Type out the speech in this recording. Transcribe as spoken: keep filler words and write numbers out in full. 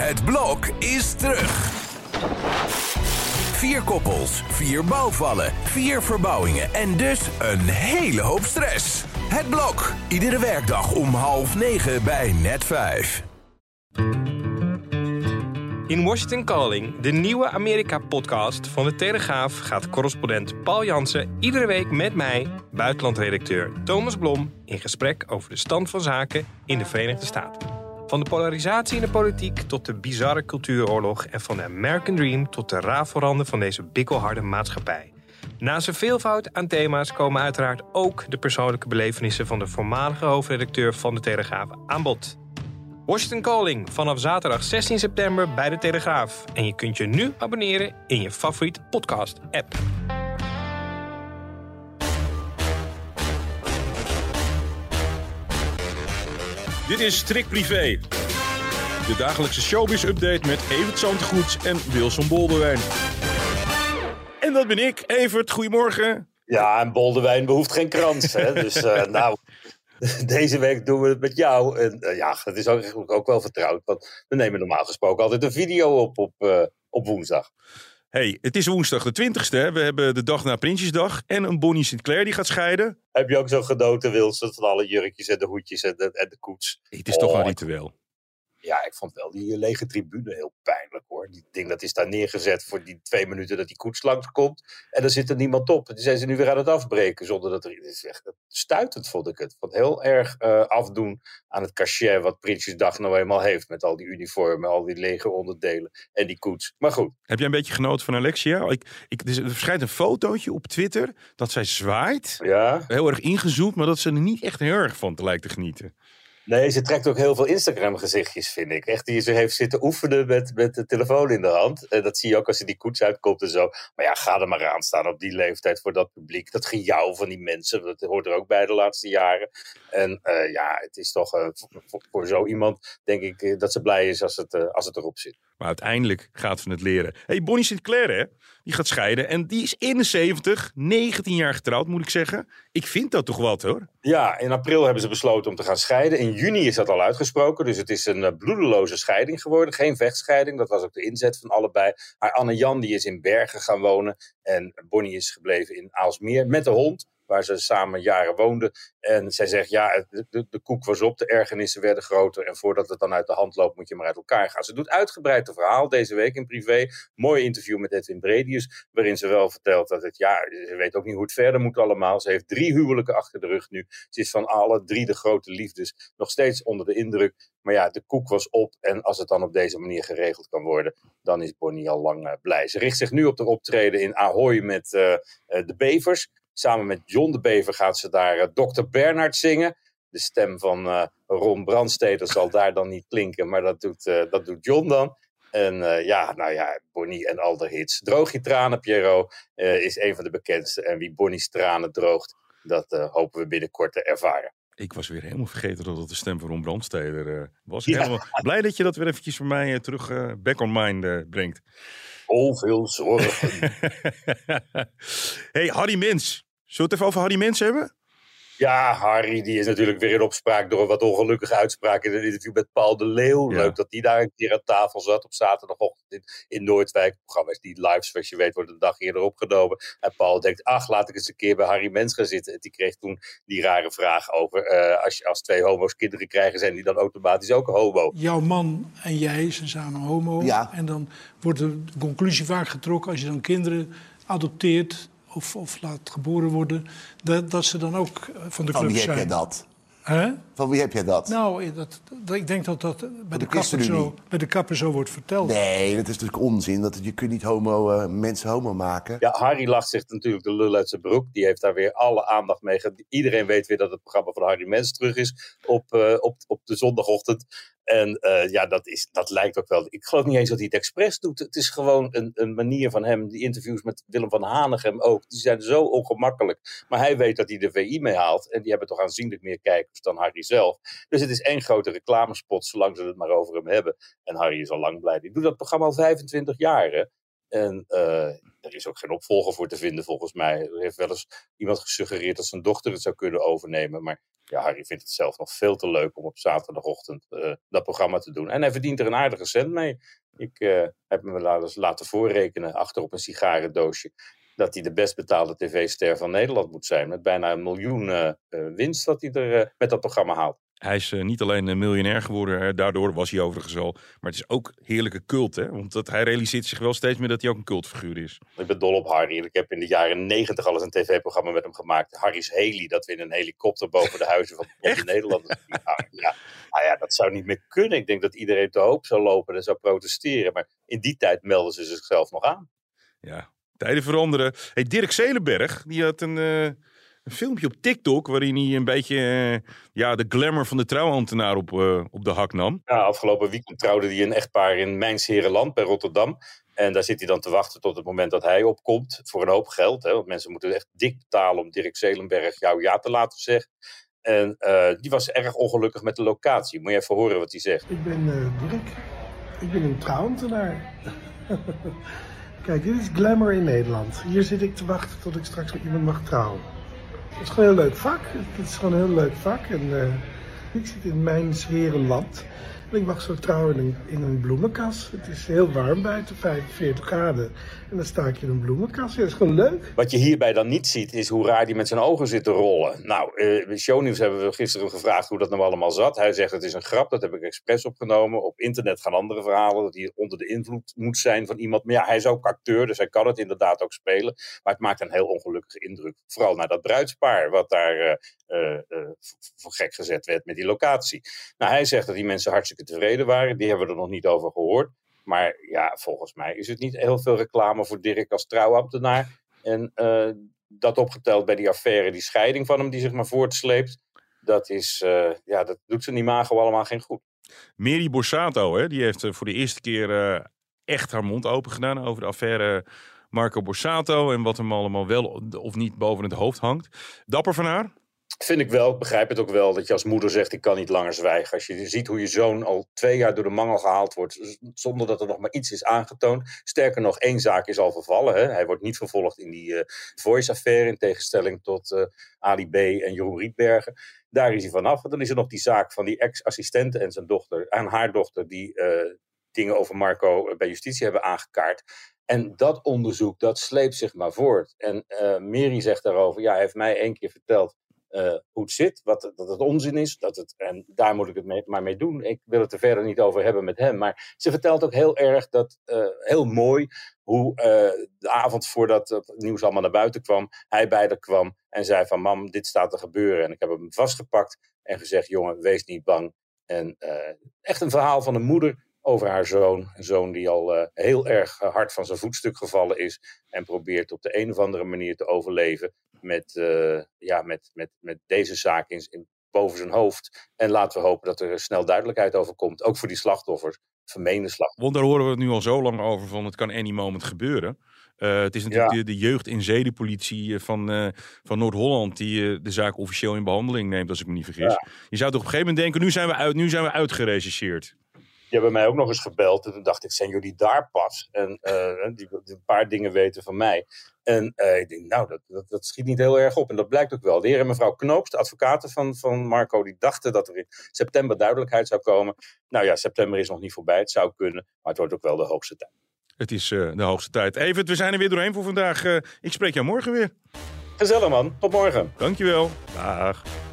Het blok is terug. Vier koppels, vier bouwvallen, vier verbouwingen en dus een hele hoop stress. Het blok, iedere werkdag om half negen bij Net vijf. In Washington Calling, de nieuwe Amerika-podcast van de Telegraaf, gaat correspondent Paul Jansen iedere week met mij, buitenlandredacteur Thomas Blom, in gesprek over de stand van zaken in de Verenigde Staten. Van de polarisatie in de politiek tot de bizarre cultuuroorlog en van de American Dream tot de rafelranden van deze bikkelharde maatschappij. Naast een veelvoud aan thema's komen uiteraard ook de persoonlijke belevenissen van de voormalige hoofdredacteur van de Telegraaf aan bod. Washington Calling vanaf zaterdag zestien september bij de Telegraaf. En je kunt je nu abonneren in je favoriete podcast-app. Dit is Strik Privé. De dagelijkse showbiz-update met Evert Zantegoeds en Wilson Boldewijn. En dat ben ik, Evert. Goedemorgen. Ja, en Boldewijn behoeft geen krans. Hè? Dus uh, nou, deze week doen we het met jou. En uh, ja, dat is ook, eigenlijk ook wel vertrouwd. Want we nemen normaal gesproken altijd een video op op, uh, op woensdag. Hey, het is woensdag de twintigste. We hebben de dag na Prinsjesdag en een Bonnie Sinclair die gaat scheiden. Heb je ook zo genoten, Wilson, van alle jurkjes en de hoedjes en de, en de koets? Het is oh, toch een ritueel. Ja, ik vond wel die lege tribune heel pijnlijk, hoor. Die ding dat is daar neergezet voor die twee minuten dat die koets langskomt. En dan zit er niemand op. Die zijn ze nu weer aan het afbreken zonder dat er... Het is echt stuitend, vond ik het. Vond heel erg uh, afdoen aan het cachet wat Prinsjesdag nou eenmaal heeft. Met al die uniformen, al die legeronderdelen en die koets. Maar goed. Heb jij een beetje genoten van Alexia? Ik, ik, er verschijnt een fotootje op Twitter dat zij zwaait. Ja. Heel erg ingezoomd, maar dat ze er niet echt heel erg van te lijkt te genieten. Nee, ze trekt ook heel veel Instagram-gezichtjes, vind ik. Echt, die ze heeft zitten oefenen met, met de telefoon in de hand. En dat zie je ook als ze die koets uitkomt en zo. Maar ja, ga er maar aan staan op die leeftijd voor dat publiek. Dat gejouw van die mensen, dat hoort er ook bij de laatste jaren. En uh, ja, het is toch uh, voor, voor zo iemand, denk ik, uh, dat ze blij is als het, uh, als het erop zit. Maar uiteindelijk gaat ze het leren. Hey, Bonnie Sinclair, hè? Die gaat scheiden. En die is eenenzeventig, negentien jaar getrouwd, moet ik zeggen. Ik vind dat toch wat, hoor. Ja, in april hebben ze besloten om te gaan scheiden. In juni is dat al uitgesproken. Dus het is een uh, bloedeloze scheiding geworden. Geen vechtscheiding. Dat was ook de inzet van allebei. Haar Anne-Jan die is in Bergen gaan wonen. En Bonnie is gebleven in Aalsmeer met de hond, waar ze samen jaren woonden. En zij zegt, ja, de, de, de koek was op, de ergernissen werden groter. En voordat het dan uit de hand loopt, moet je maar uit elkaar gaan. Ze doet uitgebreid een verhaal deze week in privé. Mooi interview met Edwin Bredius, waarin ze wel vertelt dat het, ja, ze weet ook niet hoe het verder moet allemaal. Ze heeft drie huwelijken achter de rug nu. Ze is van alle drie de grote liefdes nog steeds onder de indruk. Maar ja, de koek was op. En als het dan op deze manier geregeld kan worden, dan is Bonnie al lang uh, blij. Ze richt zich nu op de optreden in Ahoy met uh, uh, de Bevers. Samen met John de Bever gaat ze daar uh, dokter Bernhard zingen. De stem van uh, Ron Brandsteder zal daar dan niet klinken, maar dat doet, uh, dat doet John dan. En uh, ja, nou ja, Bonnie en al de hits. Droog je tranen, Pierrot, uh, is een van de bekendste. En wie Bonnie's tranen droogt, dat uh, hopen we binnenkort te ervaren. Ik was weer helemaal vergeten dat het de stem van Ron Brandsteder uh, was. Ja. Helemaal blij dat je dat weer eventjes voor mij uh, terug uh, back on mind uh, brengt. Oh, veel zorgen. Hey, Harry Mens. Zullen we het even over Harry Mens hebben? Ja, Harry die is natuurlijk weer in opspraak door een wat ongelukkige uitspraak in een interview met Paul de Leeuw. Ja. Leuk dat die daar een keer aan tafel zat op zaterdagochtend in, in Noordwijk. Programma's die live, zoals je weet, worden een dag eerder opgenomen. En Paul denkt, ach, laat ik eens een keer bij Harry Mens gaan zitten. En die kreeg toen die rare vraag over, uh, als, je, als twee homo's kinderen krijgen, zijn die dan automatisch ook homo? Jouw man en jij zijn samen homo. Ja. En dan wordt de conclusie vaak getrokken, als je dan kinderen adopteert of, of laat geboren worden, dat, dat ze dan ook van de Van club wie zijn. heb jij dat? Hè? Van wie heb jij dat? Nou, dat, dat, ik denk dat dat bij de, de kapper ChristenUnie. zo, bij de kapper zo wordt verteld. Nee, dat is natuurlijk onzin. Dat, je kunt niet homo, uh, mensen homo maken. Ja, Harry lacht zich natuurlijk de lul uit zijn broek. Die heeft daar weer alle aandacht mee. ge- Iedereen weet weer dat het programma van Harry Mens terug is op, uh, op, op de zondagochtend. En uh, ja, dat, is, dat lijkt ook wel... Ik geloof niet eens dat hij het expres doet. Het is gewoon een, een manier van hem. Die interviews met Willem van Hanegem ook. Die zijn zo ongemakkelijk. Maar hij weet dat hij de V I mee haalt. En die hebben toch aanzienlijk meer kijkers dan Harry zelf. Dus het is één grote reclamespot, zolang ze het maar over hem hebben. En Harry is al lang blij. Die doet dat programma al vijfentwintig jaar, hè? En uh, er is ook geen opvolger voor te vinden volgens mij. Er heeft wel eens iemand gesuggereerd dat zijn dochter het zou kunnen overnemen. Maar ja, Harry vindt het zelf nog veel te leuk om op zaterdagochtend uh, dat programma te doen. En hij verdient er een aardige cent mee. Ik uh, heb me wel eens laten voorrekenen achter op een sigarendoosje dat hij de best betaalde tv-ster van Nederland moet zijn. Met bijna een miljoen uh, uh, winst dat hij er uh, met dat programma haalt. Hij is uh, niet alleen een miljonair geworden, hè, daardoor was hij overigens al. Maar het is ook heerlijke cult, hè? Want dat, hij realiseert zich wel steeds meer dat hij ook een cultfiguur is. Ik ben dol op Harry. Ik heb in de jaren negentig al eens een tv-programma met hem gemaakt. Harry's Haley, dat we in een helikopter boven de huizen van de Nederlanders. Ja, ja. Nou ja, dat zou niet meer kunnen. Ik denk dat iedereen te hoop zou lopen en zou protesteren. Maar in die tijd melden ze zichzelf nog aan. Ja, tijden veranderen. Hey, Dirk Zelenberg, die had een... Uh... Een filmpje op TikTok waarin hij een beetje uh, ja, de glamour van de trouwambtenaar op, uh, op de hak nam. Ja, afgelopen weekend trouwde hij een echtpaar in Mijnsherenland bij Rotterdam. En daar zit hij dan te wachten tot het moment dat hij opkomt voor een hoop geld. Hè, want mensen moeten echt dik betalen om Dirk Zelenberg jou ja te laten zeggen. En uh, die was erg ongelukkig met de locatie. Moet je even horen wat hij zegt. Ik ben uh, Dirk. Ik ben een trouwambtenaar. Kijk, dit is glamour in Nederland. Hier zit ik te wachten tot ik straks met iemand mag trouwen. Het is gewoon een heel leuk vak. Het is gewoon een heel leuk vak. En, uh, ik zit in Mijnsherenland. En ik mag zo trouwen in een, in een bloemenkas. Het is heel warm buiten, vijfenveertig graden. En dan sta ik in een bloemenkas. Ja, dat is gewoon leuk. Wat je hierbij dan niet ziet, is hoe raar die met zijn ogen zit te rollen. Nou, uh, Shownieuws hebben we gisteren gevraagd hoe dat nou allemaal zat. Hij zegt het is een grap, dat heb ik expres opgenomen. Op internet gaan andere verhalen, dat hij onder de invloed moet zijn van iemand. Maar ja, hij is ook acteur, dus hij kan het inderdaad ook spelen. Maar het maakt een heel ongelukkige indruk. Vooral naar dat bruidspaar, wat daar uh, uh, uh, voor gek gezet werd met die locatie. Nou, hij zegt dat die mensen hartstikke tevreden waren. Die hebben we er nog niet over gehoord. Maar ja, volgens mij is het niet heel veel reclame voor Dirk als trouwambtenaar. En uh, dat opgeteld bij die affaire, die scheiding van hem die zich maar voortsleept. Dat, is, uh, ja, dat doet zijn imago allemaal geen goed. Mary Borsato, hè, die heeft uh, voor de eerste keer uh, echt haar mond open gedaan over de affaire Marco Borsato. En wat hem allemaal wel of niet boven het hoofd hangt. Dapper van haar? Vind ik wel, ik begrijp het ook wel dat je als moeder zegt ik kan niet langer zwijgen. Als je ziet hoe je zoon al twee jaar door de mangel gehaald wordt zonder dat er nog maar iets is aangetoond. Sterker nog, één zaak is al vervallen. Hè? Hij wordt niet vervolgd in die uh, Voice-affaire in tegenstelling tot uh, Ali B. en Jeroen Rietbergen. Daar is hij vanaf. Dan is er nog die zaak van die ex-assistente en zijn dochter, en haar dochter die uh, dingen over Marco bij justitie hebben aangekaart. En dat onderzoek, dat sleept zich maar voort. En uh, Mary zegt daarover, ja, hij heeft mij één keer verteld Uh, hoe het zit, wat, dat het onzin is, dat het, en daar moet ik het mee, maar mee doen. Ik wil het er verder niet over hebben met hem, maar ze vertelt ook heel erg, dat uh, heel mooi, hoe uh, de avond voordat het nieuws allemaal naar buiten kwam, hij bij haar kwam en zei van, mam, dit staat te gebeuren. En ik heb hem vastgepakt en gezegd, jongen, wees niet bang. En uh, echt een verhaal van een moeder over haar zoon. Een zoon die al uh, heel erg hard van zijn voetstuk gevallen is en probeert op de een of andere manier te overleven met, uh, ja, met, met, met deze zaak in, in, boven zijn hoofd. En laten we hopen dat er snel duidelijkheid over komt. Ook voor die slachtoffers, vermeende slachtoffers. Want daar horen we het nu al zo lang over van het kan any moment gebeuren. Uh, het is natuurlijk ja. de, de jeugd- en zedenpolitie van, uh, van Noord-Holland die uh, de zaak officieel in behandeling neemt, als ik me niet vergis. Ja. Je zou toch op een gegeven moment denken, nu zijn we, uit, nu zijn we uitgerechercheerd. Die hebben mij ook nog eens gebeld. En toen dacht ik, zijn jullie daar pas? En uh, die, die een paar dingen weten van mij. En uh, ik denk, nou, dat, dat, dat schiet niet heel erg op. En dat blijkt ook wel. De heer en mevrouw Knoops, de advocaten van, van Marco, die dachten dat er in september duidelijkheid zou komen. Nou ja, september is nog niet voorbij. Het zou kunnen, maar het wordt ook wel de hoogste tijd. Het is uh, de hoogste tijd. Evert, we zijn er weer doorheen voor vandaag. Uh, ik spreek jou morgen weer. Gezellig man, tot morgen. Dankjewel. Dag.